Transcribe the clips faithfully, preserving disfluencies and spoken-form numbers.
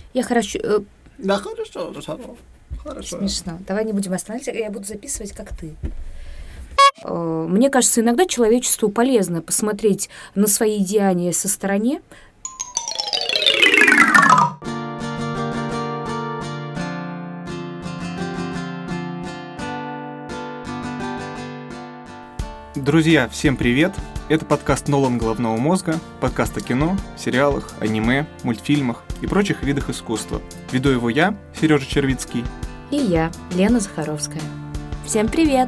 Я хочу... э, Да, хорошо, хорошо. Хорошо. Смешно. Давай не будем останавливаться, я буду записывать, как ты. Э, Мне кажется, иногда человечеству полезно посмотреть на свои деяния со стороны. Друзья, всем привет! Это подкаст «Нолан головного мозга», подкаст о кино, сериалах, аниме, мультфильмах и прочих видах искусства. Веду его я, Сережа Червицкий. И я, Лена Захаровская. Всем привет!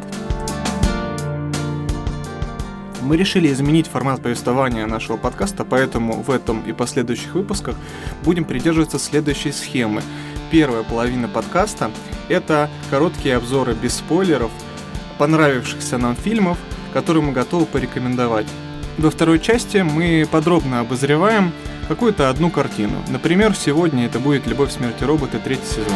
Мы решили изменить формат повествования нашего подкаста, поэтому в этом и последующих выпусках будем придерживаться следующей схемы. Первая половина подкаста – это короткие обзоры без спойлеров понравившихся нам фильмов, которые мы готовы порекомендовать. Во второй части мы подробно обозреваем какую-то одну картину. Например, сегодня это будет «Любовь, смерть и роботы», третий сезон.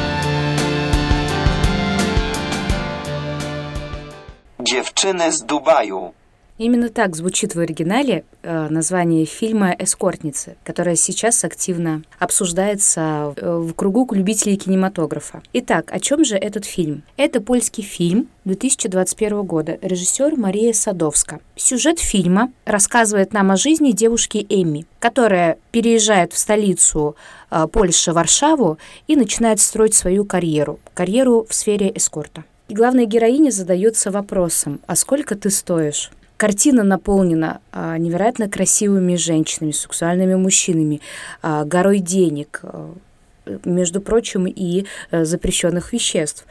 Dziewczyny z Dubaju. Именно так звучит в оригинале э, название фильма «Эскортницы», которое сейчас активно обсуждается э, в кругу любителей кинематографа. Итак, о чем же этот фильм? Это польский фильм две тысячи двадцать первого года, режиссер Мария Садовска. Сюжет фильма рассказывает нам о жизни девушки Эмми, которая переезжает в столицу э, Польши, Варшаву, и начинает строить свою карьеру, карьеру в сфере эскорта. И главная героиня задается вопросом: а сколько ты стоишь? Картина наполнена а, невероятно красивыми женщинами, сексуальными мужчинами, а, горой денег, а, между прочим, и а, запрещенных веществ.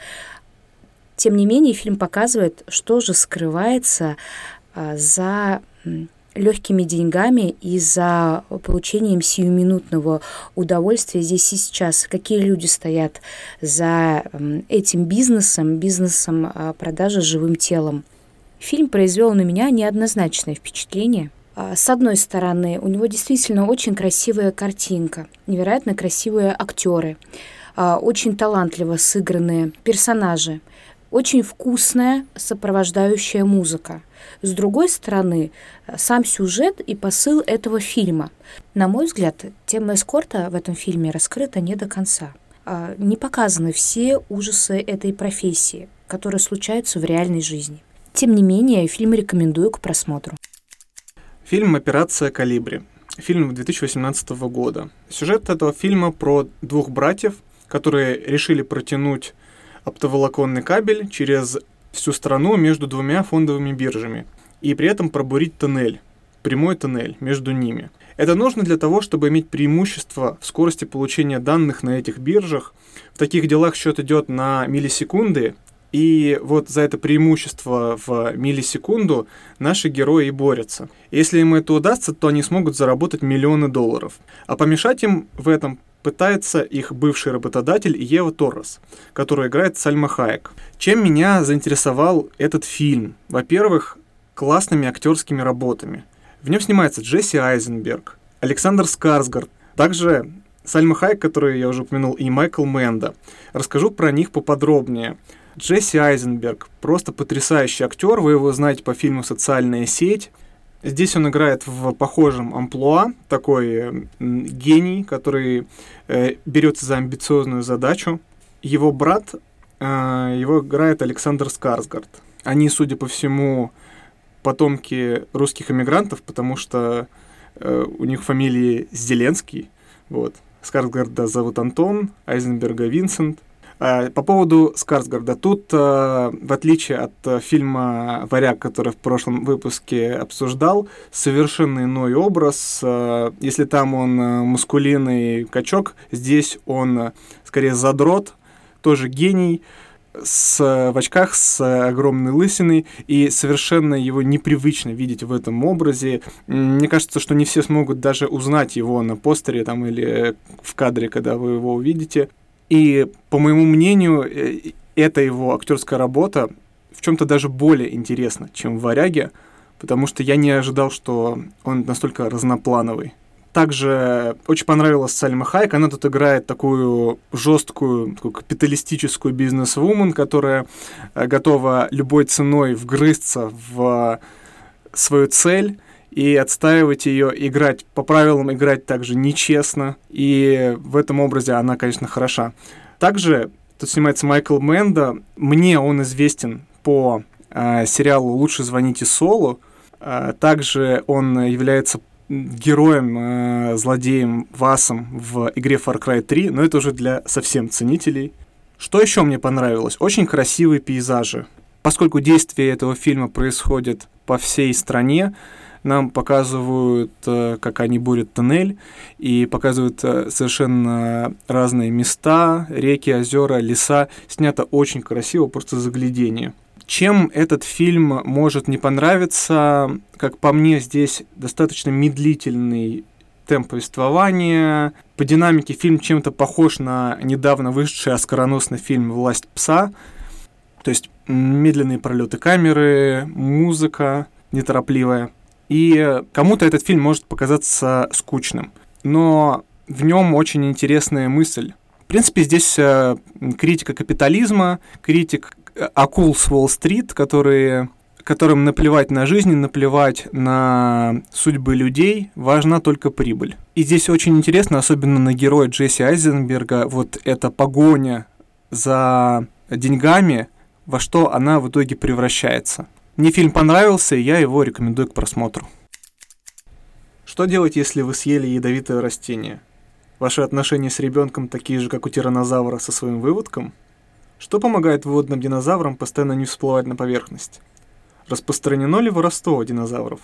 Тем не менее, фильм показывает, что же скрывается а, за м, легкими деньгами и за получением сиюминутного удовольствия здесь и сейчас. Какие люди стоят за м, этим бизнесом, бизнесом а, продажи живым телом. Фильм произвел на меня неоднозначное впечатление. С одной стороны, у него действительно очень красивая картинка, невероятно красивые актеры, очень талантливо сыгранные персонажи, очень вкусная сопровождающая музыка. С другой стороны, сам сюжет и посыл этого фильма. На мой взгляд, тема эскорта в этом фильме раскрыта не до конца. Не показаны все ужасы этой профессии, которые случаются в реальной жизни. Тем не менее, фильм рекомендую к просмотру. Фильм «Операция Колибри». Фильм две тысячи восемнадцатого года. Сюжет этого фильма про двух братьев, которые решили протянуть оптоволоконный кабель через всю страну между двумя фондовыми биржами и при этом пробурить тоннель, прямой тоннель между ними. Это нужно для того, чтобы иметь преимущество в скорости получения данных на этих биржах. В таких делах счет идет на миллисекунды, и вот за это преимущество в миллисекунду наши герои и борются. Если им это удастся, то они смогут заработать миллионы долларов. А помешать им в этом пытается их бывший работодатель Ева Торрес, которую играет Сальма Хайек. Чем меня заинтересовал этот фильм? Во-первых, классными актерскими работами. В нем снимается Джесси Айзенберг, Александр Скарсгард, также Сальма Хайек, которую я уже упомянул, и Майкл Мэнда. Расскажу про них поподробнее. Джесси Айзенберг – просто потрясающий актер, вы его знаете по фильму «Социальная сеть». Здесь он играет в похожем амплуа, такой э, гений, который э, берется за амбициозную задачу. Его брат, э, его играет Александр Скарсгард. Они, судя по всему, потомки русских эмигрантов, потому что э, у них фамилии Зеленский. Вот. Скарсгарда зовут Антон, Айзенберга Винсент. По поводу Скарсгарда. Тут, в отличие от фильма «Варяг», который в прошлом выпуске обсуждал, совершенно иной образ. Если там он мускулинный качок, здесь он скорее задрот, тоже гений, с, в очках, с огромной лысиной, и совершенно его непривычно видеть в этом образе. Мне кажется, что не все смогут даже узнать его на постере там, или в кадре, когда вы его увидите. И, по моему мнению, эта его актерская работа в чем-то даже более интересна, чем в «Варяге», потому что я не ожидал, что он настолько разноплановый. Также очень понравилась Сальма Хайек. Она тут играет такую жесткую, такую капиталистическую бизнес-вумен, которая готова любой ценой вгрызться в свою цель и отстаивать ее, играть по правилам, играть также нечестно, и в этом образе она, конечно, хороша. Также тут снимается Майкл Мэндо. Мне он известен по э, сериалу «Лучше звоните Солу». Э, также он является героем, э, злодеем Васом в игре Far Cry три, но это уже для совсем ценителей. Что еще мне понравилось? Очень красивые пейзажи. Поскольку действие этого фильма происходит по всей стране, нам показывают, э, как они бурят тоннель, и показывают э, совершенно разные места, реки, озера, леса. Снято очень красиво, просто загляденье. Чем этот фильм может не понравиться? Как по мне, здесь достаточно медлительный темп повествования. По динамике фильм чем-то похож на недавно вышедший оскароносный фильм «Власть пса». То есть медленные пролеты камеры, музыка неторопливая. И кому-то этот фильм может показаться скучным. Но в нем очень интересная мысль. В принципе, здесь критика капитализма, критик акул с Уолл-стрит, которые, которым наплевать на жизнь, наплевать на судьбы людей, важна только прибыль. И здесь очень интересно, особенно на героя Джесси Айзенберга, вот эта погоня за деньгами, во что она в итоге превращается. Мне фильм понравился, и я его рекомендую к просмотру. Что делать, если вы съели ядовитое растение? Ваши отношения с ребенком такие же, как у тираннозавра со своим выводком? Что помогает водным динозаврам постоянно не всплывать на поверхность? Распространено ли воровство динозавров?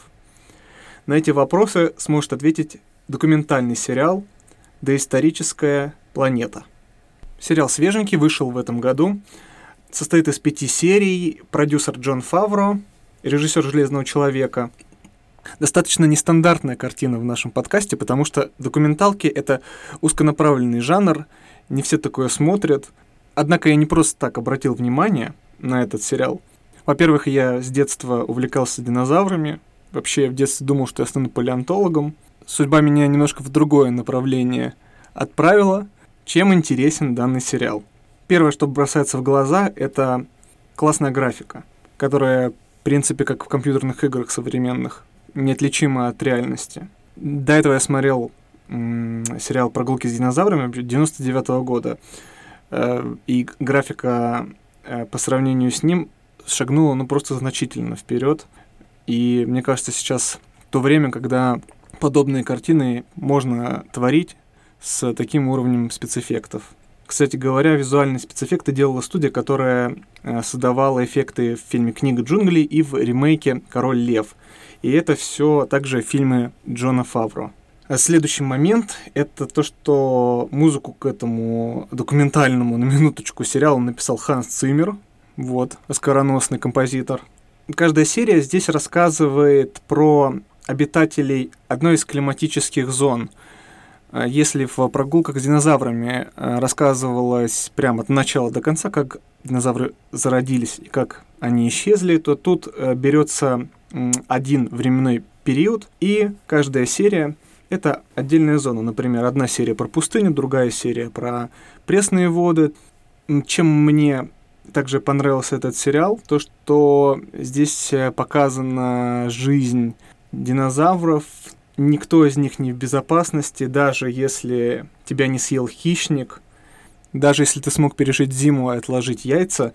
На эти вопросы сможет ответить документальный сериал «Доисторическая планета». Сериал свеженький, вышел в этом году. Состоит из пяти серий. Продюсер Джон Фавро, режиссер «Железного человека». Достаточно нестандартная картина в нашем подкасте, потому что документалки — это узконаправленный жанр, не все такое смотрят. Однако я не просто так обратил внимание на этот сериал. Во-первых, я с детства увлекался динозаврами. Вообще, я в детстве думал, что я стану палеонтологом. Судьба меня немножко в другое направление отправила. Чем интересен данный сериал? Первое, что бросается в глаза, это классная графика, которая, в принципе, как в компьютерных играх современных, неотличима от реальности. До этого я смотрел м- сериал «Прогулки с динозаврами» девяносто девятого года, э- и графика э- по сравнению с ним шагнула ну, просто значительно вперед. И мне кажется, сейчас то время, когда подобные картины можно творить с таким уровнем спецэффектов. Кстати говоря, визуальные спецэффекты делала студия, которая э, создавала эффекты в фильме «Книга джунглей» и в ремейке «Король лев». И это все также фильмы Джона Фавро. А следующий момент — это то, что музыку к этому документальному, на минуточку, сериалу написал Ханс Циммер, вот, оскароносный композитор. Каждая серия здесь рассказывает про обитателей одной из климатических зон. Если в «Прогулках с динозаврами» рассказывалось прямо от начала до конца, как динозавры зародились и как они исчезли, то тут берется один временной период, и каждая серия — это отдельная зона. Например, одна серия про пустыню, другая серия про пресные воды. Чем мне также понравился этот сериал, то что здесь показана жизнь динозавров. Никто из них не в безопасности, даже если тебя не съел хищник, даже если ты смог пережить зиму и отложить яйца,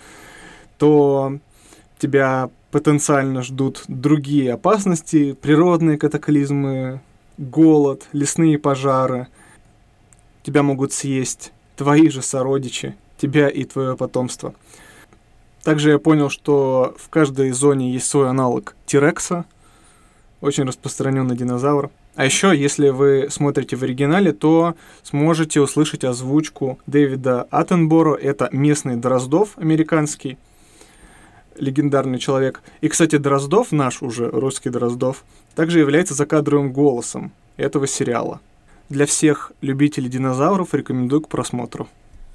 то тебя потенциально ждут другие опасности, природные катаклизмы, голод, лесные пожары. Тебя могут съесть твои же сородичи, тебя и твое потомство. Также я понял, что в каждой зоне есть свой аналог Тирекса, очень распространенный динозавр. А еще, если вы смотрите в оригинале, то сможете услышать озвучку Дэвида Аттенборо. Это местный Дроздов американский, легендарный человек. И, кстати, Дроздов, наш уже русский Дроздов, также является закадровым голосом этого сериала. Для всех любителей динозавров рекомендую к просмотру.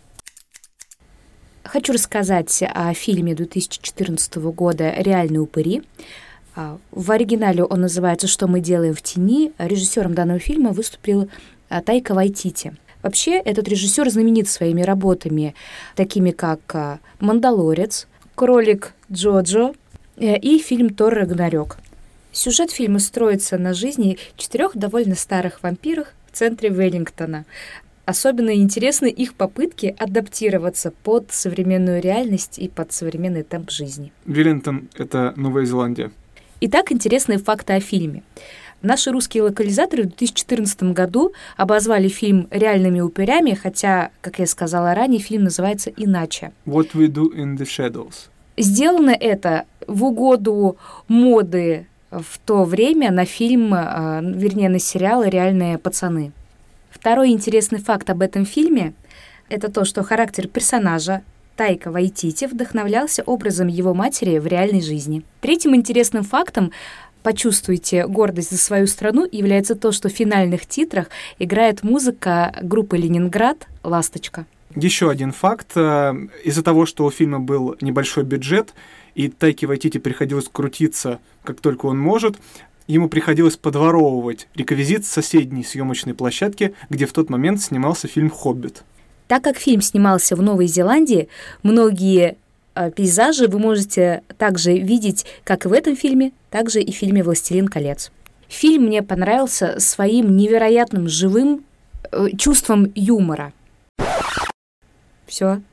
Хочу рассказать о фильме две тысячи четырнадцатого года «Реальные упыри». В оригинале он называется «Что мы делаем в тени». Режиссером данного фильма выступил Тайка Вайтити. Вообще, этот режиссер знаменит своими работами, такими как «Мандалорец», «Кролик Джоджо» и фильм «Тор Рагнарёк». Сюжет фильма строится на жизни четырех довольно старых вампирах в центре Веллингтона. Особенно интересны их попытки адаптироваться под современную реальность и под современный темп жизни. Веллингтон — это Новая Зеландия. Итак, интересные факты о фильме. Наши русские локализаторы в две тысячи четырнадцатом году обозвали фильм «Реальными упырями», хотя, как я сказала ранее, фильм называется иначе. What We Do in the Shadows. Сделано это в угоду моды в то время на фильм, вернее, на сериал «Реальные пацаны». Второй интересный факт об этом фильме — это то, что характер персонажа Тайка Вайтити вдохновлялся образом его матери в реальной жизни. Третьим интересным фактом, почувствуйте гордость за свою страну, является то, что в финальных титрах играет музыка группы «Ленинград» «Ласточка». Еще один факт. Из-за того, что у фильма был небольшой бюджет, и Тайке Вайтити приходилось крутиться, как только он может, ему приходилось подворовывать реквизит с соседней съемочной площадки, где в тот момент снимался фильм «Хоббит». Так как фильм снимался в Новой Зеландии, многие э, пейзажи вы можете также видеть как в этом фильме, так же и в фильме «Властелин колец». Фильм мне понравился своим невероятным живым э, чувством юмора. Все.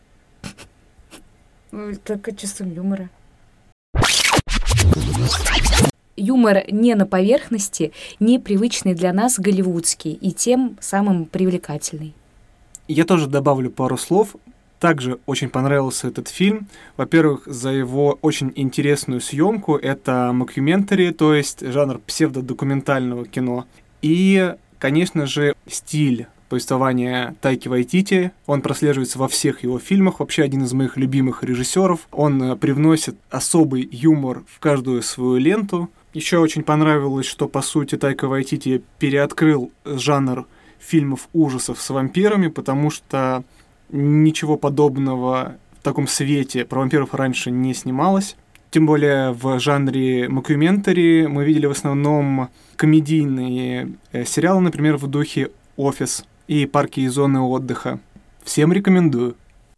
Только чувством юмора. Юмор не на поверхности, не привычный для нас голливудский и тем самым привлекательный. Я тоже добавлю пару слов. Также очень понравился этот фильм. Во-первых, за его очень интересную съемку. Это мокюментари, то есть жанр псевдодокументального кино. И, конечно же, стиль повествования Тайки Вайтити. Он прослеживается во всех его фильмах. Вообще один из моих любимых режиссеров. Он привносит особый юмор в каждую свою ленту. Еще очень понравилось, что, по сути, Тайка Вайтити переоткрыл жанр фильмов ужасов с вампирами, потому что ничего подобного в таком свете про вампиров раньше не снималось. Тем более в жанре мокюментари мы видели в основном комедийные сериалы, например, в духе «Офис» и «Парки и зоны отдыха». Всем рекомендую.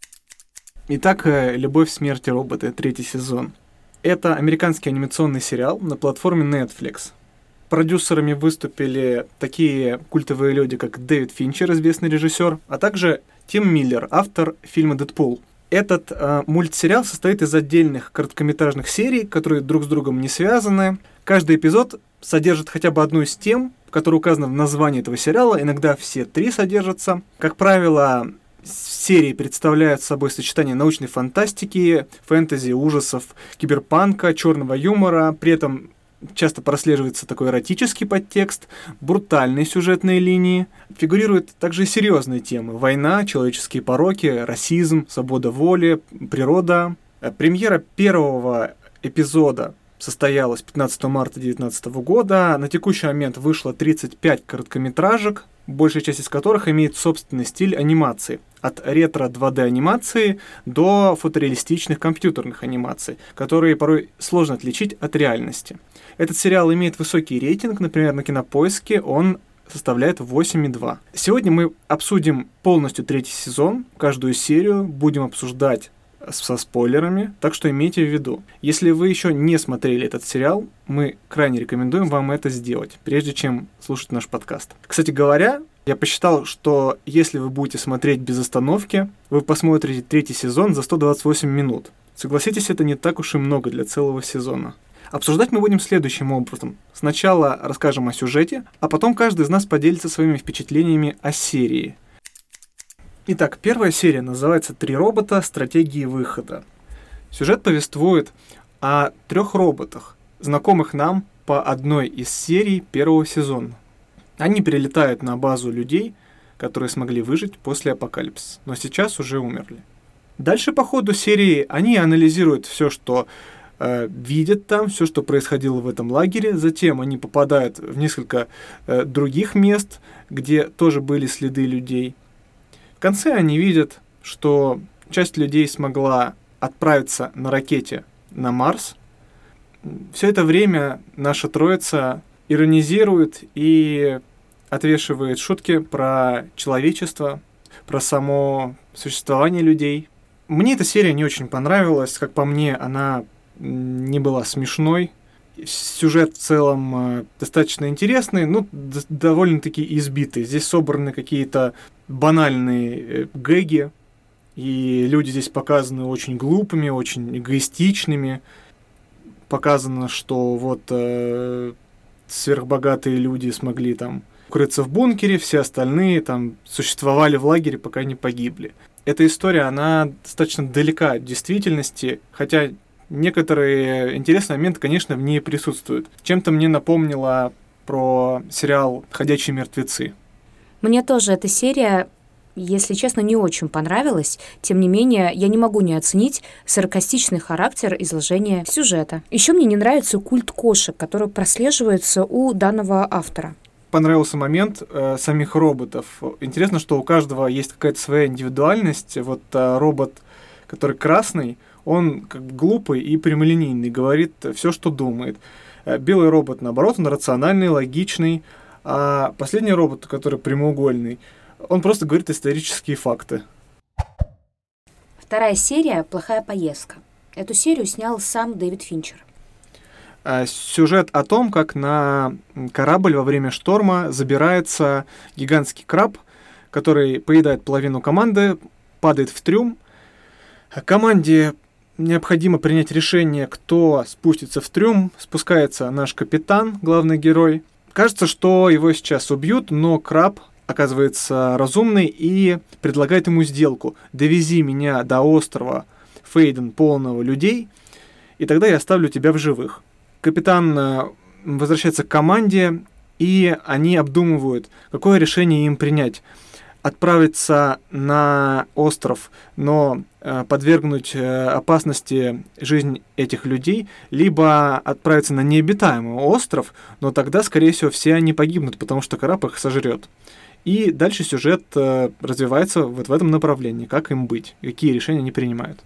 Итак, «Любовь, смерть и роботы», третий сезон. Это американский анимационный сериал на платформе Netflix. Продюсерами выступили такие культовые люди, как Дэвид Финчер, известный режиссер, а также Тим Миллер, автор фильма «Дэдпул». Этот э, мультсериал состоит из отдельных короткометражных серий, которые друг с другом не связаны. Каждый эпизод содержит хотя бы одну из тем, которая указана в названии этого сериала, иногда все три содержатся. Как правило, серии представляют собой сочетание научной фантастики, фэнтези, ужасов, киберпанка, черного юмора, при этом часто прослеживается такой эротический подтекст, брутальные сюжетные линии. Фигурируют также и серьезные темы: война, человеческие пороки, расизм, свобода воли, природа. Премьера первого эпизода состоялась пятнадцатого марта две тысячи девятнадцатого года. На текущий момент вышло тридцать пять короткометражек, большая часть из которых имеет собственный стиль анимации. От ретро-два дэ анимации до фотореалистичных компьютерных анимаций, которые порой сложно отличить от реальности. Этот сериал имеет высокий рейтинг, например, на Кинопоиске он составляет восемь и два. Сегодня мы обсудим полностью третий сезон, каждую серию, будем обсуждать со спойлерами, так что имейте в виду. Если вы еще не смотрели этот сериал, мы крайне рекомендуем вам это сделать, прежде чем слушать наш подкаст. Кстати говоря, я посчитал, что если вы будете смотреть без остановки, вы посмотрите третий сезон за сто двадцать восемь минут. Согласитесь, это не так уж и много для целого сезона. Обсуждать мы будем следующим образом. Сначала расскажем о сюжете, а потом каждый из нас поделится своими впечатлениями о серии. Итак, первая серия называется «Три робота. Стратегии выхода». Сюжет повествует о трех роботах, знакомых нам по одной из серий первого сезона. Они прилетают на базу людей, которые смогли выжить после апокалипсиса, но сейчас уже умерли. Дальше по ходу серии они анализируют все, что э, видят там, все, что происходило в этом лагере. Затем они попадают в несколько э, других мест, где тоже были следы людей. В конце они видят, что часть людей смогла отправиться на ракете на Марс. Все это время наша троица иронизирует и отвешивает шутки про человечество, про само существование людей. Мне эта серия не очень понравилась. Как по мне, она не была смешной. Сюжет в целом достаточно интересный, ну, д- довольно-таки избитый. Здесь собраны какие-то банальные гэги, и люди здесь показаны очень глупыми, очень эгоистичными. Показано, что вот э, сверхбогатые люди смогли там укрыться в бункере, все остальные там существовали в лагере, пока не погибли. Эта история, она достаточно далека от действительности, хотя некоторые интересные моменты, конечно, в ней присутствуют. Чем-то мне напомнила про сериал «Ходячие мертвецы». Мне тоже эта серия, если честно, не очень понравилась. Тем не менее, я не могу не оценить саркастичный характер изложения сюжета. Еще мне не нравится культ кошек, который прослеживается у данного автора. Понравился момент э, самих роботов. Интересно, что у каждого есть какая-то своя индивидуальность. Вот э, робот, который красный, он как глупый и прямолинейный, говорит все, что думает. Э, белый робот, наоборот, он рациональный, логичный. А последний робот, который прямоугольный, он просто говорит исторические факты. Вторая серия «Плохая поездка». Эту серию снял сам Дэвид Финчер. Сюжет о том, как на корабль во время шторма забирается гигантский краб, который поедает половину команды, падает в трюм. Команде необходимо принять решение, кто спустится в трюм. Спускается наш капитан, главный герой. Кажется, что его сейчас убьют, но краб оказывается разумный и предлагает ему сделку. «Довези меня до острова Фейден, полного людей, и тогда я оставлю тебя в живых». Капитан возвращается к команде, и они обдумывают, какое решение им принять. Отправиться на остров, но э, подвергнуть э, опасности жизнь этих людей, либо отправиться на необитаемый остров, но тогда, скорее всего, все они погибнут, потому что краб их сожрет. И дальше сюжет э, развивается вот в этом направлении, как им быть, какие решения они принимают.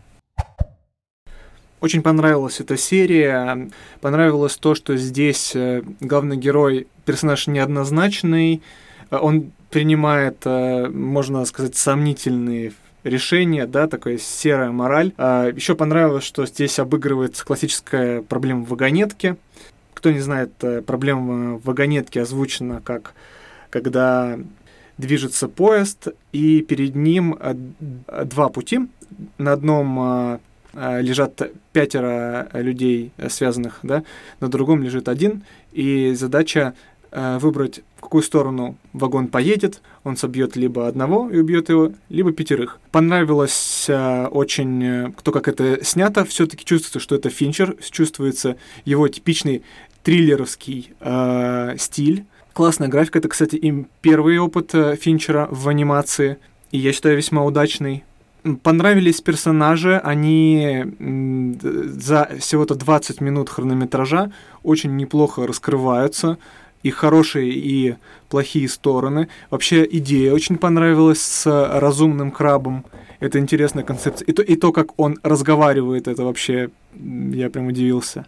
Очень понравилась эта серия. Понравилось то, что здесь главный герой, персонаж неоднозначный. Он принимает, можно сказать, сомнительные решения, да, такая серая мораль. Еще понравилось, что здесь обыгрывается классическая проблема вагонетки. Кто не знает, проблема вагонетки озвучена как когда движется поезд, и перед ним два пути. На одном лежат пятеро людей связанных, да, на другом лежит один, и задача э, выбрать, в какую сторону вагон поедет, он собьет либо одного и убьет его, либо пятерых. Понравилось э, очень, э, кто как это снято, все-таки чувствуется, что это Финчер, чувствуется его типичный триллеровский э, стиль. Классная графика, это, кстати, им первый опыт э, Финчера в анимации, и я считаю, весьма удачный. Понравились персонажи, они за всего-то двадцать минут хронометража очень неплохо раскрываются, их хорошие и плохие стороны. Вообще идея очень понравилась с разумным крабом, это интересная концепция. И то, и то, как он разговаривает, это вообще, я прям удивился.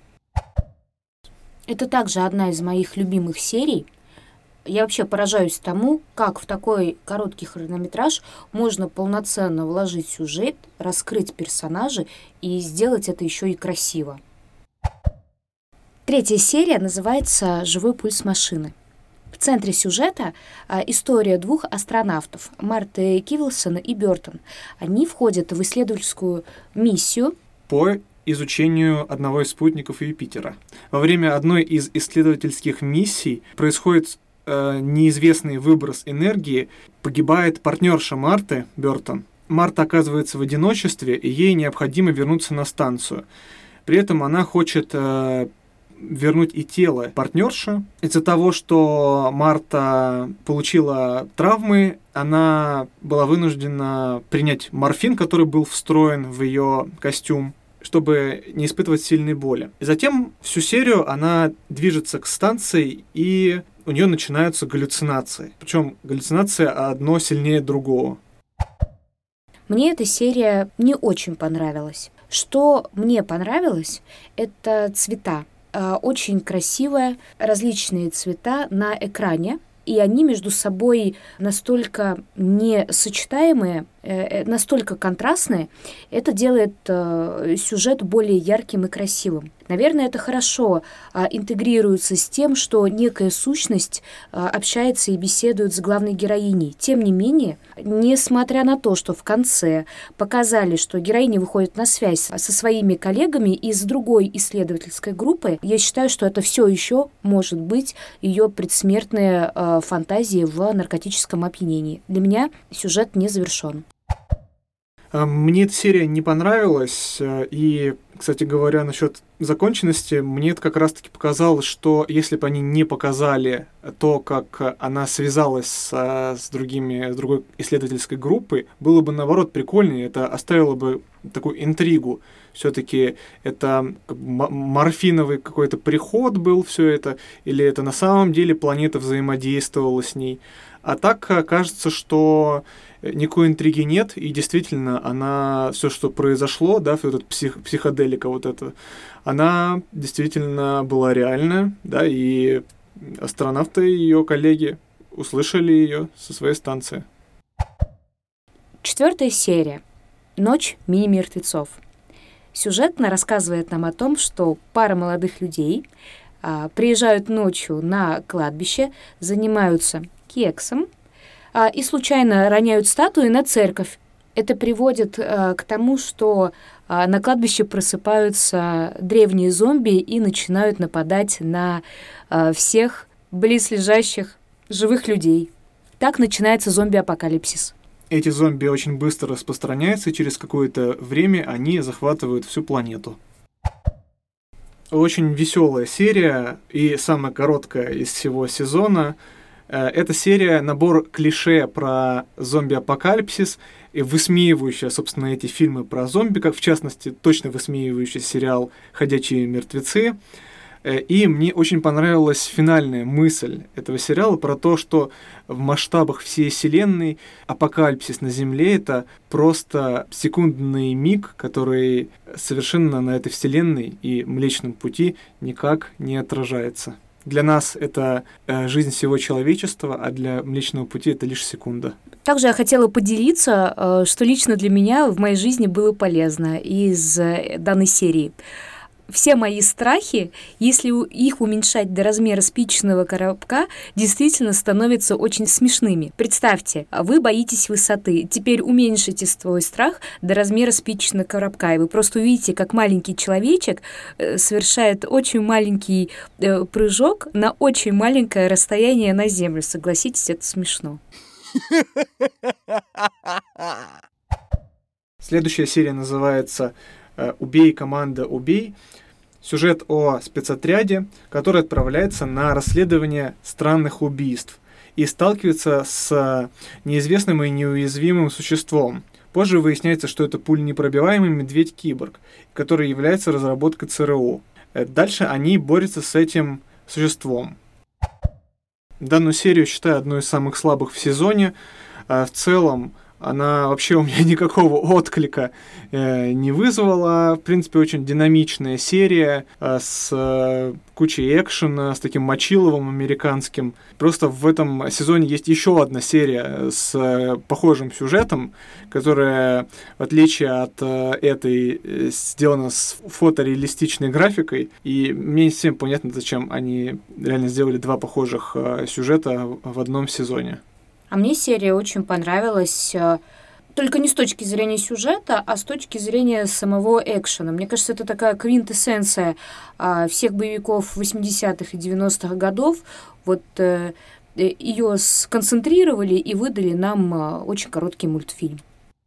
Это также одна из моих любимых серий. Я вообще поражаюсь тому, как в такой короткий хронометраж можно полноценно вложить сюжет, раскрыть персонажей и сделать это еще и красиво. Третья серия называется «Живой пульс машины». В центре сюжета а, история двух астронавтов, Марты Кивилсон и Бёртон. Они входят в исследовательскую миссию по изучению одного из спутников Юпитера. Во время одной из исследовательских миссий происходит неизвестный выброс энергии, погибает партнерша Марты, Бёртон. Марта оказывается в одиночестве, и ей необходимо вернуться на станцию. При этом она хочет э, вернуть и тело партнерши. Из-за того, что Марта получила травмы, она была вынуждена принять морфин, который был встроен в ее костюм, чтобы не испытывать сильной боли. И затем всю серию она движется к станции, и у нее начинаются галлюцинации. Причем галлюцинация одно сильнее другого. Мне эта серия не очень понравилась. Что мне понравилось, это цвета. Очень красивые различные цвета на экране, и они между собой настолько несочетаемые, настолько контрастные, это делает сюжет более ярким и красивым. Наверное, это хорошо а, интегрируется с тем, что некая сущность а, общается и беседует с главной героиней. Тем не менее, несмотря на то, что в конце показали, что героиня выходит на связь со своими коллегами из другой исследовательской группы, я считаю, что это все еще может быть ее предсмертная а, фантазия в наркотическом опьянении. Для меня сюжет не завершен. Мне эта серия не понравилась, и, кстати говоря, насчет законченности, мне это как раз-таки показалось, что если бы они не показали то, как она связалась с, с, другими, с другой исследовательской группой, было бы, наоборот, прикольнее, это оставило бы такую интригу. Все-таки это морфиновый какой-то приход был все это, или это на самом деле планета взаимодействовала с ней. А так кажется, что никакой интриги нет, и действительно, она, все, что произошло, да, вот эта псих, психоделика вот эта, она действительно была реальная, да, и астронавты и ее коллеги услышали ее со своей станции. Четвертая серия. Ночь мини-мертвецов. Сюжетно рассказывает нам о том, что пара молодых людей а, приезжают ночью на кладбище, занимаются кексом а, и случайно роняют статуи на церковь. Это приводит а, к тому, что а, на кладбище просыпаются древние зомби и начинают нападать на а, всех близлежащих живых людей. Так начинается зомби-апокалипсис. Эти зомби очень быстро распространяются, и через какое-то время они захватывают всю планету. Очень веселая серия и самая короткая из всего сезона. Эта серия — набор клише про зомби-апокалипсис, и высмеивающая, собственно, эти фильмы про зомби, как в частности, точно высмеивающий сериал «Ходячие мертвецы». И мне очень понравилась финальная мысль этого сериала про то, что в масштабах всей вселенной апокалипсис на Земле — это просто секундный миг, который совершенно на этой вселенной и Млечном Пути никак не отражается. Для нас это жизнь всего человечества, а для Млечного Пути это лишь секунда. Также я хотела поделиться, что лично для меня в моей жизни было полезно из данной серии. Все мои страхи, если их уменьшать до размера спичечного коробка, действительно становятся очень смешными. Представьте, вы боитесь высоты. Теперь уменьшите свой страх до размера спичечного коробка, и вы просто увидите, как маленький человечек совершает очень маленький прыжок на очень маленькое расстояние на Землю. Согласитесь, это смешно. Следующая серия называется «Убей, команда, убей». Сюжет о спецотряде, который отправляется на расследование странных убийств и сталкивается с неизвестным и неуязвимым существом. Позже выясняется, что это пуленепробиваемый медведь-киборг, который является разработкой ЦРУ. Дальше они борются с этим существом. Данную серию считаю одной из самых слабых в сезоне. В целом, она вообще у меня никакого отклика э, не вызвала. В принципе, очень динамичная серия э, с э, кучей экшена, с таким мочиловым американским. Просто в этом сезоне есть еще одна серия с э, похожим сюжетом, которая, в отличие от э, этой, э, сделана с фотореалистичной графикой. И мне не совсем понятно, зачем они реально сделали два похожих э, сюжета в одном сезоне. А мне серия очень понравилась, только не с точки зрения сюжета, а с точки зрения самого экшена. Мне кажется, это такая квинтэссенция всех боевиков восьмидесятых и девяностых годов. Вот ее сконцентрировали и выдали нам очень короткий мультфильм.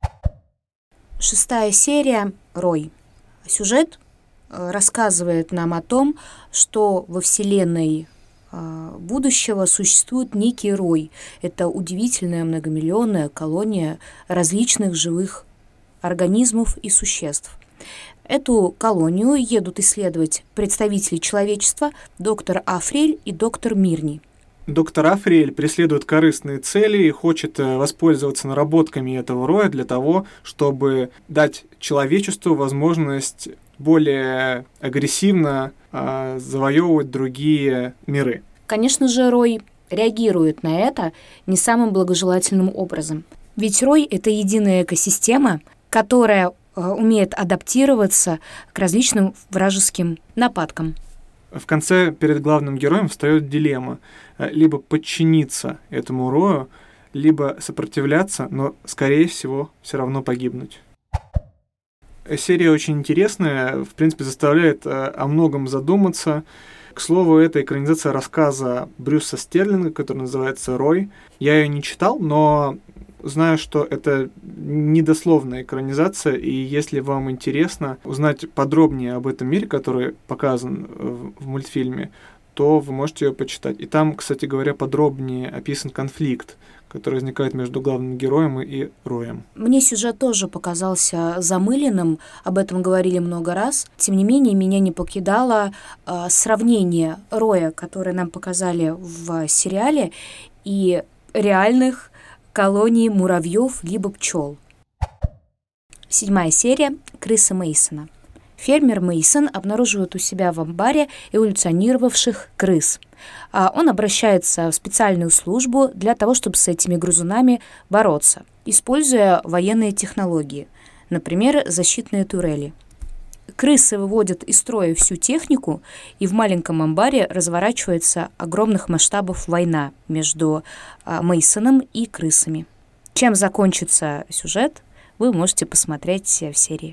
Шестая серия «Рой». Сюжет рассказывает нам о том, что во Вселенной будущего существует некий рой. Это удивительная многомиллионная колония различных живых организмов и существ. Эту колонию едут исследовать представители человечества доктор Африэль и доктор Мирни. Доктор Африэль преследует корыстные цели и хочет воспользоваться наработками этого роя для того, чтобы дать человечеству возможность более агрессивно э, завоевывать другие миры. Конечно же, Рой реагирует на это не самым благожелательным образом. Ведь Рой — это единая экосистема, которая умеет адаптироваться к различным вражеским нападкам. В конце перед главным героем встает дилемма. Либо подчиниться этому рою, либо сопротивляться, но, скорее всего, все равно погибнуть. Серия очень интересная, в принципе, заставляет о многом задуматься. К слову, это экранизация рассказа Брюса Стерлинга, который называется «Рой». Я ее не читал, но знаю, что это недословная экранизация, и если вам интересно узнать подробнее об этом мире, который показан в мультфильме, то вы можете ее почитать. И там, кстати говоря, подробнее описан конфликт, который возникает между главным героем и Роем. Мне сюжет тоже показался замыленным, об этом говорили много раз. Тем не менее, меня не покидало э, сравнение Роя, которое нам показали в сериале, и реальных колоний муравьев либо пчел. Седьмая серия «Крысы Мейсона». Фермер Мейсон обнаруживает у себя в амбаре эволюционировавших крыс. Он обращается в специальную службу для того, чтобы с этими грызунами бороться, используя военные технологии, например, защитные турели. Крысы выводят из строя всю технику, и в маленьком амбаре разворачивается огромных масштабов война между Мейсоном и крысами. Чем закончится сюжет, вы можете посмотреть в серии.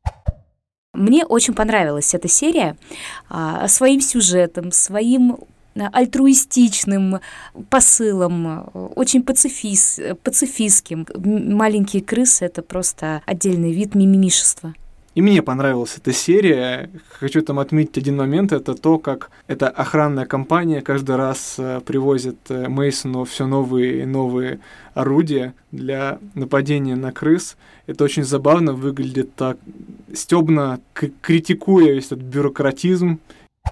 Мне очень понравилась эта серия а, своим сюжетом, своим альтруистичным посылом, очень пацифист, пацифистским. Маленькие крысы — это просто отдельный вид мимимишества. И мне понравилась эта серия. Хочу там отметить один момент. Это то, как эта охранная компания каждый раз привозит Мейсону все новые и новые орудия для нападения на крыс. Это очень забавно выглядит, так стёбно, к- критикуя весь этот бюрократизм.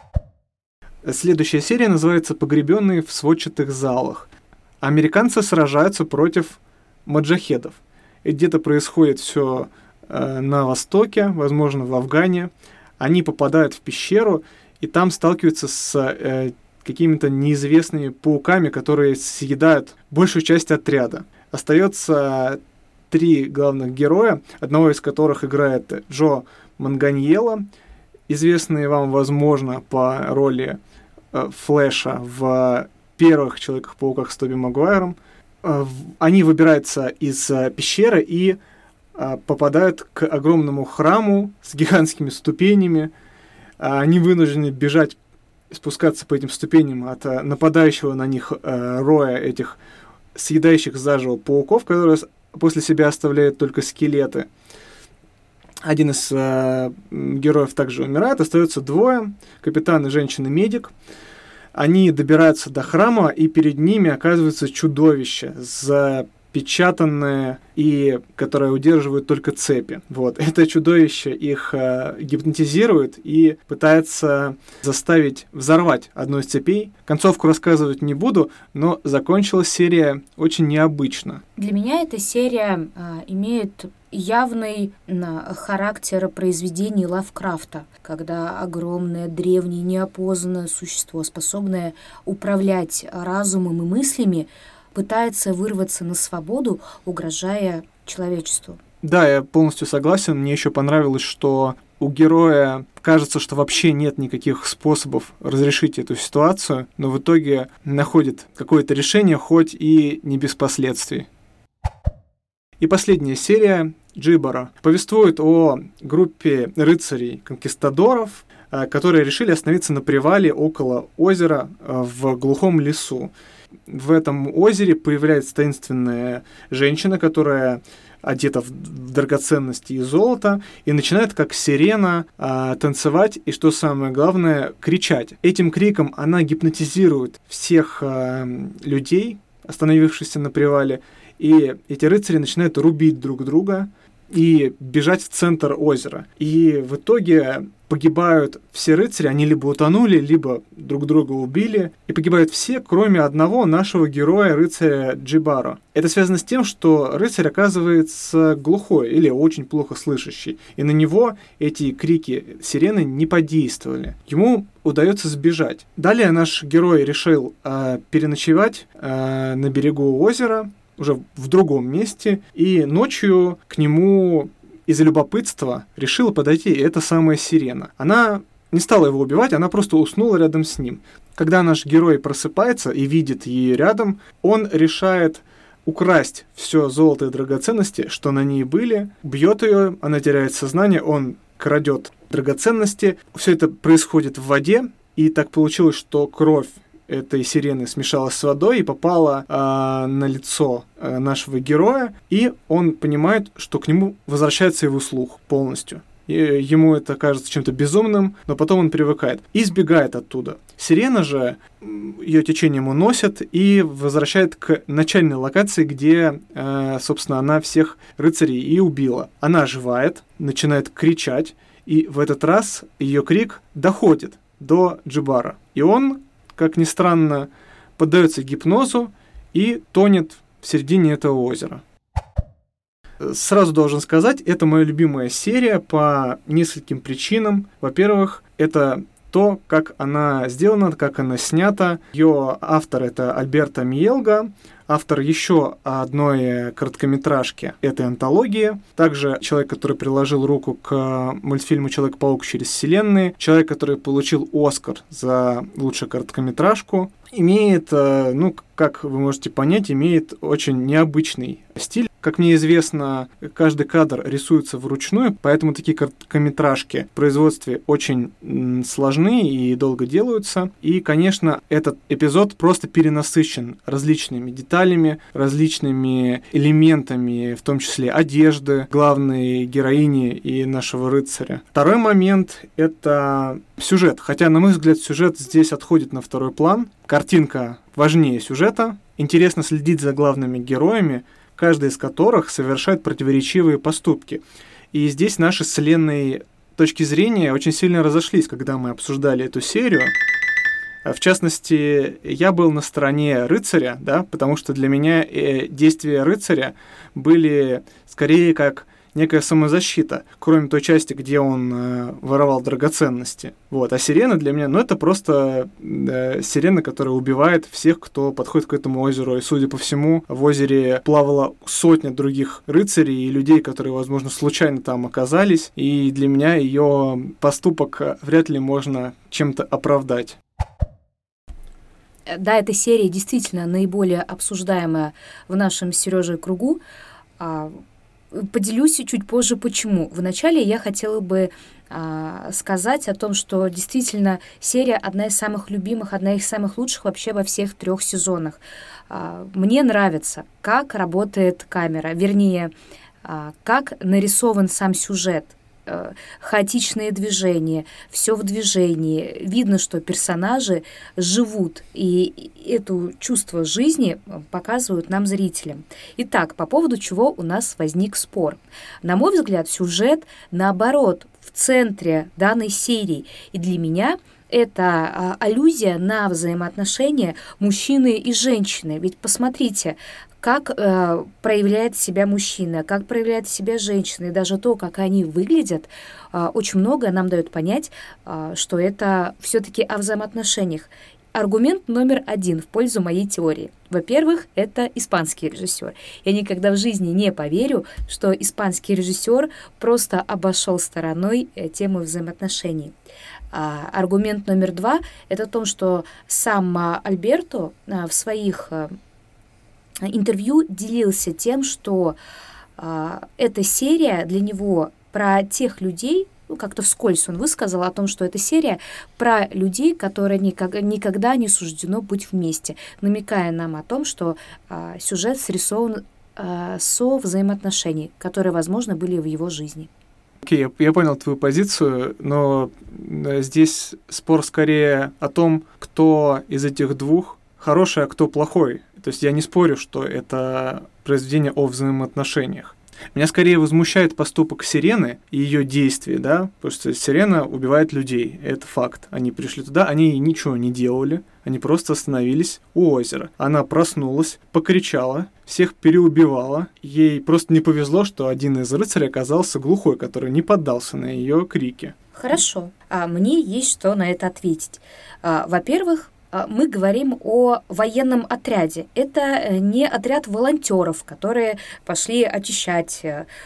Следующая серия называется «Погребенные в сводчатых залах». Американцы сражаются против маджахедов. И где-то происходит все на востоке, возможно, в Афгане. Они попадают в пещеру, и там сталкиваются с э, какими-то неизвестными пауками, которые съедают большую часть отряда. Остается три главных героя, одного из которых играет Джо Манганьелло, известный вам, возможно, по роли э, Флэша в первых Человеках-пауках с Тоби Магуайром. Э, они выбираются из э, пещеры и попадают к огромному храму с гигантскими ступенями. Они вынуждены бежать, спускаться по этим ступеням от нападающего на них роя этих съедающих заживо пауков, которые после себя оставляют только скелеты. Один из э, героев также умирает, остается двое, капитан и женщина-медик. Они добираются до храма, и перед ними оказывается чудовище за печатанное и которое удерживает только цепи. Вот. Это чудовище их э, гипнотизирует и пытается заставить взорвать одну из цепей. Концовку рассказывать не буду, но закончилась серия очень необычно. Для меня эта серия э, имеет явный э, характер произведений Лавкрафта, когда огромное, древнее, неопознанное существо, способное управлять разумом и мыслями, пытается вырваться на свободу, угрожая человечеству. Да, я полностью согласен. Мне еще понравилось, что у героя кажется, что вообще нет никаких способов разрешить эту ситуацию, но в итоге находит какое-то решение, хоть и не без последствий. И последняя серия Джибара повествует о группе рыцарей-конкистадоров, которые решили остановиться на привале около озера в глухом лесу. В этом озере появляется таинственная женщина, которая одета в драгоценности и золото, и начинает как сирена а, танцевать и, что самое главное, кричать. Этим криком она гипнотизирует всех а, людей, остановившихся на привале, и эти рыцари начинают рубить друг друга и бежать в центр озера. И в итоге погибают все рыцари, они либо утонули, либо друг друга убили. И погибают все, кроме одного нашего героя, рыцаря Джибаро. Это связано с тем, что рыцарь оказывается глухой или очень плохо слышащий. И на него эти крики сирены не подействовали. Ему удается сбежать. Далее наш герой решил э, переночевать э, на берегу озера, уже в другом месте, и ночью к нему из любопытства решила подойти эта самая Сирена. Она не стала его убивать, она просто уснула рядом с ним. Когда наш герой просыпается и видит ее рядом, он решает украсть все золото и драгоценности, что на ней были, бьет ее, она теряет сознание, он крадет драгоценности. Все это происходит в воде, и так получилось, что кровь этой сирены смешалась с водой и попала э, на лицо э, нашего героя, и он понимает, что к нему возвращается его слух полностью. И ему это кажется чем-то безумным, но потом он привыкает и сбегает оттуда. Сирена же ее течением уносит и возвращает к начальной локации, где, э, собственно, она всех рыцарей и убила. Она оживает, начинает кричать, и в этот раз ее крик доходит до Джибара. И он, как ни странно, поддается гипнозу и тонет в середине этого озера. Сразу должен сказать, это моя любимая серия по нескольким причинам. Во-первых, это то, как она сделана, как она снята. Ее автор — это Альберто Миелга, автор еще одной короткометражки этой антологии. Также человек, который приложил руку к мультфильму «Человек-паук через вселенные», человек, который получил Оскар за лучшую короткометражку, имеет, ну, как вы можете понять, имеет очень необычный стиль. Как мне известно, каждый кадр рисуется вручную, поэтому такие короткометражки в производстве очень сложны и долго делаются. И, конечно, этот эпизод просто перенасыщен различными деталями, различными элементами, в том числе одежды главной героини и нашего рыцаря. Второй момент — это сюжет. Хотя, на мой взгляд, сюжет здесь отходит на второй план. Картинка важнее сюжета. Интересно следить за главными героями, каждый из которых совершает противоречивые поступки. И здесь наши с Леной точки зрения очень сильно разошлись, когда мы обсуждали эту серию. В частности, я был на стороне рыцаря, да, потому что для меня э, действия рыцаря были скорее как некая самозащита, кроме той части, где он э, воровал драгоценности. Вот. А сирена для меня, ну, это просто э, сирена, которая убивает всех, кто подходит к этому озеру. И, судя по всему, в озере плавала сотня других рыцарей и людей, которые, возможно, случайно там оказались. И для меня ее поступок вряд ли можно чем-то оправдать. Да, эта серия действительно наиболее обсуждаемая в нашем с Сережей кругу. Поделюсь чуть позже, почему. Вначале я хотела бы а, сказать о том, что действительно серия одна из самых любимых, одна из самых лучших вообще во всех трех сезонах. А, мне нравится, как работает камера, вернее, а, как нарисован сам сюжет. Хаотичные движения, все в движении. Видно, что персонажи живут, и это чувство жизни показывают нам, зрителям. Итак, по поводу чего у нас возник спор. На мой взгляд, сюжет, наоборот, в центре данной серии. И для меня это аллюзия на взаимоотношения мужчины и женщины. Ведь посмотрите, как э, проявляет себя мужчина, как проявляет себя женщина, и даже то, как они выглядят, э, очень многое нам дает понять, э, что это все-таки о взаимоотношениях. Аргумент номер один в пользу моей теории. Во-первых, это испанский режиссер. Я никогда в жизни не поверю, что испанский режиссер просто обошел стороной тему взаимоотношений. А, аргумент номер два – это то, что сам Альберто а, в своих а, интервью делился тем, что а, эта серия для него про тех людей, ну, как-то вскользь он высказал о том, что эта серия про людей, которые никак, никогда не суждено быть вместе, намекая нам о том, что а, сюжет срисован а, со взаимоотношений, которые, возможно, были в его жизни. Окей, okay, я, я понял твою позицию, но здесь спор скорее о том, кто из этих двух хороший, а кто плохой. То есть я не спорю, что это произведение о взаимоотношениях. Меня скорее возмущает поступок Сирены и ее действия, да, потому что Сирена убивает людей, это факт. Они пришли туда, они ничего не делали, они просто остановились у озера. Она проснулась, покричала, всех переубивала. Ей просто не повезло, что один из рыцарей оказался глухой, который не поддался на ее крики. Хорошо, а мне есть что на это ответить. А, во-первых, Мы говорим о военном отряде. Это не отряд волонтеров, которые пошли очищать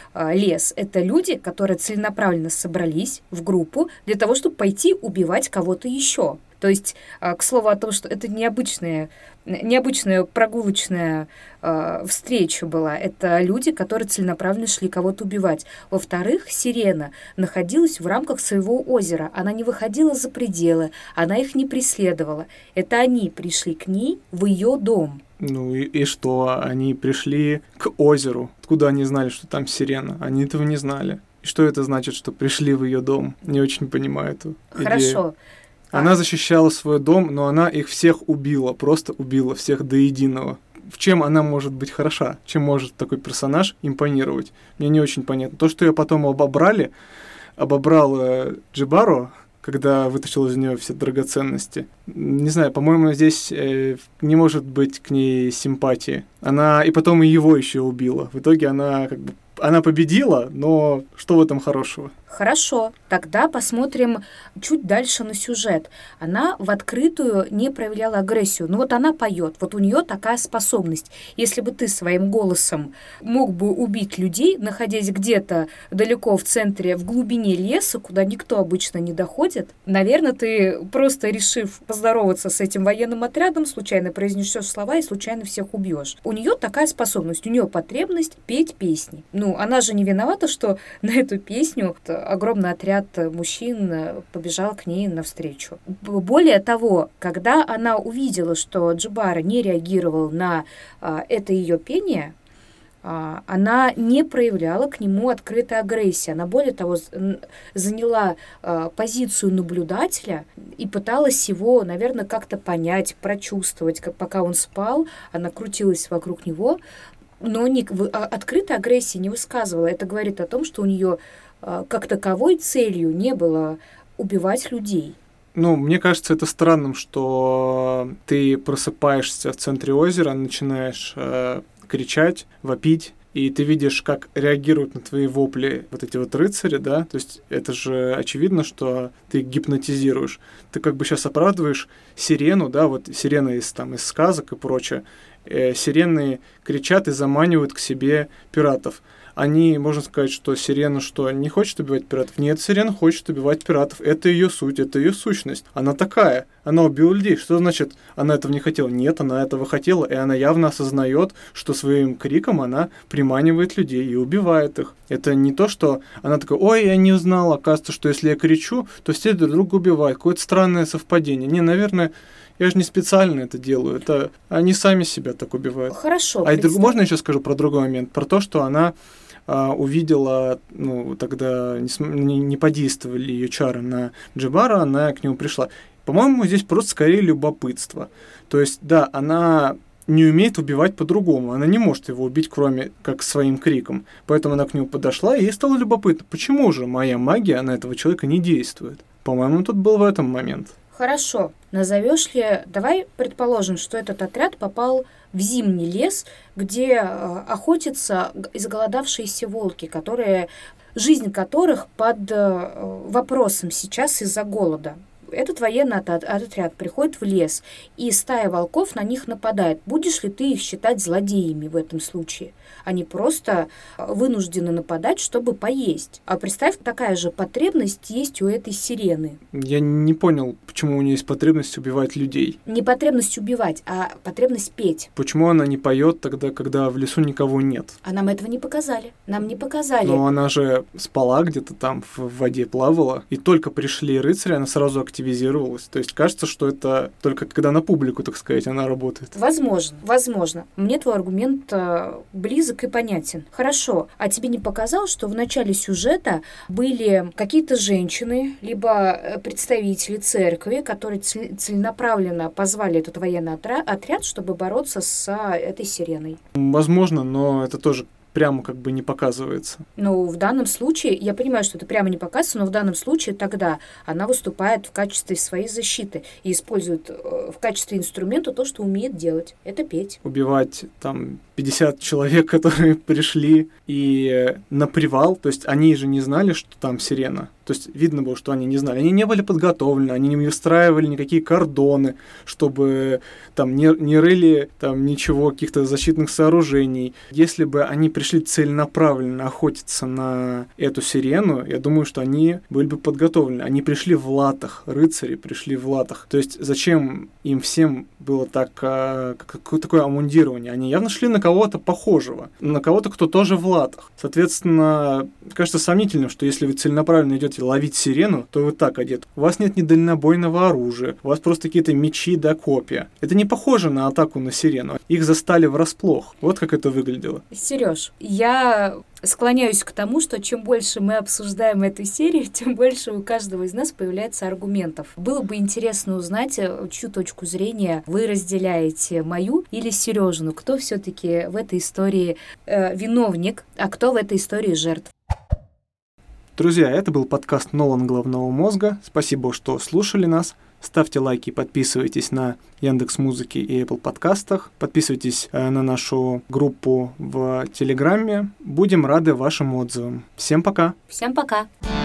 лес. Это люди, которые целенаправленно собрались в группу для того, чтобы пойти убивать кого-то еще. То есть, к слову о том, что это необычная, необычная прогулочная э, встреча была. Это люди, которые целенаправленно шли кого-то убивать. Во-вторых, Сирена находилась в рамках своего озера. Она не выходила за пределы, она их не преследовала. Это они пришли к ней в ее дом. Ну и, и что? Они пришли к озеру. Откуда они знали, что там Сирена? Они этого не знали. И что это значит, что пришли в ее дом? Не очень понимаю эту идею. Хорошо. Она защищала свой дом, но она их всех убила, просто убила всех до единого. В чем она может быть хороша? Чем может такой персонаж импонировать? Мне не очень понятно. То, что ее потом обобрали, обобрал э, Джибаро, когда вытащил из нее все драгоценности. Не знаю, по-моему, здесь э, не может быть к ней симпатии. Она и потом и его еще убила. В итоге она как бы она победила, но что в этом хорошего? Хорошо, тогда посмотрим чуть дальше на сюжет. Она в открытую не проявляла агрессию. Ну вот она поет, вот у нее такая способность. Если бы ты своим голосом мог бы убить людей, находясь где-то далеко в центре, в глубине леса, куда никто обычно не доходит, наверное, ты просто решив поздороваться с этим военным отрядом, случайно произнесешь слова и случайно всех убьешь. У нее такая способность, у нее потребность петь песни. Ну, она же не виновата, что на эту песню огромный отряд мужчин побежал к ней навстречу. Более того, когда она увидела, что Джибаро не реагировал на а, это ее пение, а, она не проявляла к нему открытой агрессии. Она, более того, заняла а, позицию наблюдателя и пыталась его, наверное, как-то понять, прочувствовать. Как, пока он спал, она крутилась вокруг него, но не, открытой агрессии не высказывала. Это говорит о том, что у нее как таковой целью не было убивать людей. Ну, мне кажется, это странным, что ты просыпаешься в центре озера, начинаешь э, кричать, вопить, и ты видишь, как реагируют на твои вопли вот эти вот рыцари, да, то есть это же очевидно, что ты гипнотизируешь. Ты как бы сейчас оправдываешь сирену, да, вот сирена из, там, из сказок и прочее. Э, сирены кричат и заманивают к себе пиратов. Они, можно сказать, что Сирена что, не хочет убивать пиратов? Нет, Сирена хочет убивать пиратов. Это ее суть, это ее сущность. Она такая. Она убила людей. Что значит, она этого не хотела? Нет, она этого хотела, и она явно осознает, что своим криком она приманивает людей и убивает их. Это не то, что она такая: ой, я не узнала, оказывается, что если я кричу, то все друг друга убивают. Какое-то странное совпадение. Не, наверное, я же не специально это делаю. Это они сами себя так убивают. Хорошо. А представь... друг... можно я еще скажу про другой момент? Про то, что она а, увидела, ну, тогда не, см... не, не подействовали ее чары на Джибаро, она к нему пришла. По-моему, здесь просто скорее любопытство. То есть, да, она не умеет убивать по-другому. Она не может его убить, кроме как своим криком. Поэтому она к нему подошла, и ей стало любопытно, почему же моя магия на этого человека не действует. По-моему, тут был в этом момент. Хорошо. Назовешь ли... Давай предположим, что этот отряд попал в зимний лес, где охотятся изголодавшиеся волки, которые, жизнь которых под вопросом сейчас из-за голода. Этот военный отряд приходит в лес, и стая волков на них нападает. Будешь ли ты их считать злодеями в этом случае? Они просто вынуждены нападать, чтобы поесть. А представь, такая же потребность есть у этой сирены. Я не понял, почему у нее есть потребность убивать людей. Не потребность убивать, а потребность петь. Почему она не поет тогда, когда в лесу никого нет? А нам этого не показали. Нам не показали. Но она же спала где-то там, в воде плавала, и только пришли рыцари, она сразу активизировалась. То есть кажется, что это только когда на публику, так сказать, она работает. Возможно, возможно. Мне твой аргумент э, близок и понятен. Хорошо. А тебе не показалось, что в начале сюжета были какие-то женщины, либо представители церкви, которые целенаправленно позвали этот военный отряд, чтобы бороться с этой сиреной? Возможно, но это тоже прямо как бы не показывается. Ну, в данном случае, я понимаю, что это прямо не показывается, но в данном случае тогда она выступает в качестве своей защиты и использует в качестве инструмента то, что умеет делать. Это петь. Убивать там пятьдесят человек, которые пришли и на привал, то есть они же не знали, что там сирена. То есть видно было, что они не знали. Они не были подготовлены, они не выстраивали никакие кордоны, чтобы там не, не рыли там ничего, каких-то защитных сооружений. Если бы они пришли целенаправленно охотиться на эту сирену, я думаю, что они были бы подготовлены. Они пришли в латах, рыцари пришли в латах. То есть зачем им всем было так, а, какое такое амундирование? Они явно шли на кого-то похожего, на кого-то, кто тоже в латах. Соответственно, кажется сомнительным, что если вы целенаправленно идете ловить сирену, то вы так одет. У вас нет ни дальнобойного оружия, у вас просто какие-то мечи да копья. Это не похоже на атаку на сирену. Их застали врасплох. Вот как это выглядело. Сереж, я склоняюсь к тому, что чем больше мы обсуждаем эту серию, тем больше у каждого из нас появляется аргументов. Было бы интересно узнать, чью точку зрения вы разделяете, мою или Сережину. Кто все-таки в этой истории э, виновник, а кто в этой истории жертва. Друзья, это был подкаст «Нолан головного мозга». Спасибо, что слушали нас. Ставьте лайки, подписывайтесь на Яндекс.Музыке и Apple подкастах. Подписывайтесь э, на нашу группу в Телеграме. Будем рады вашим отзывам. Всем пока! Всем пока!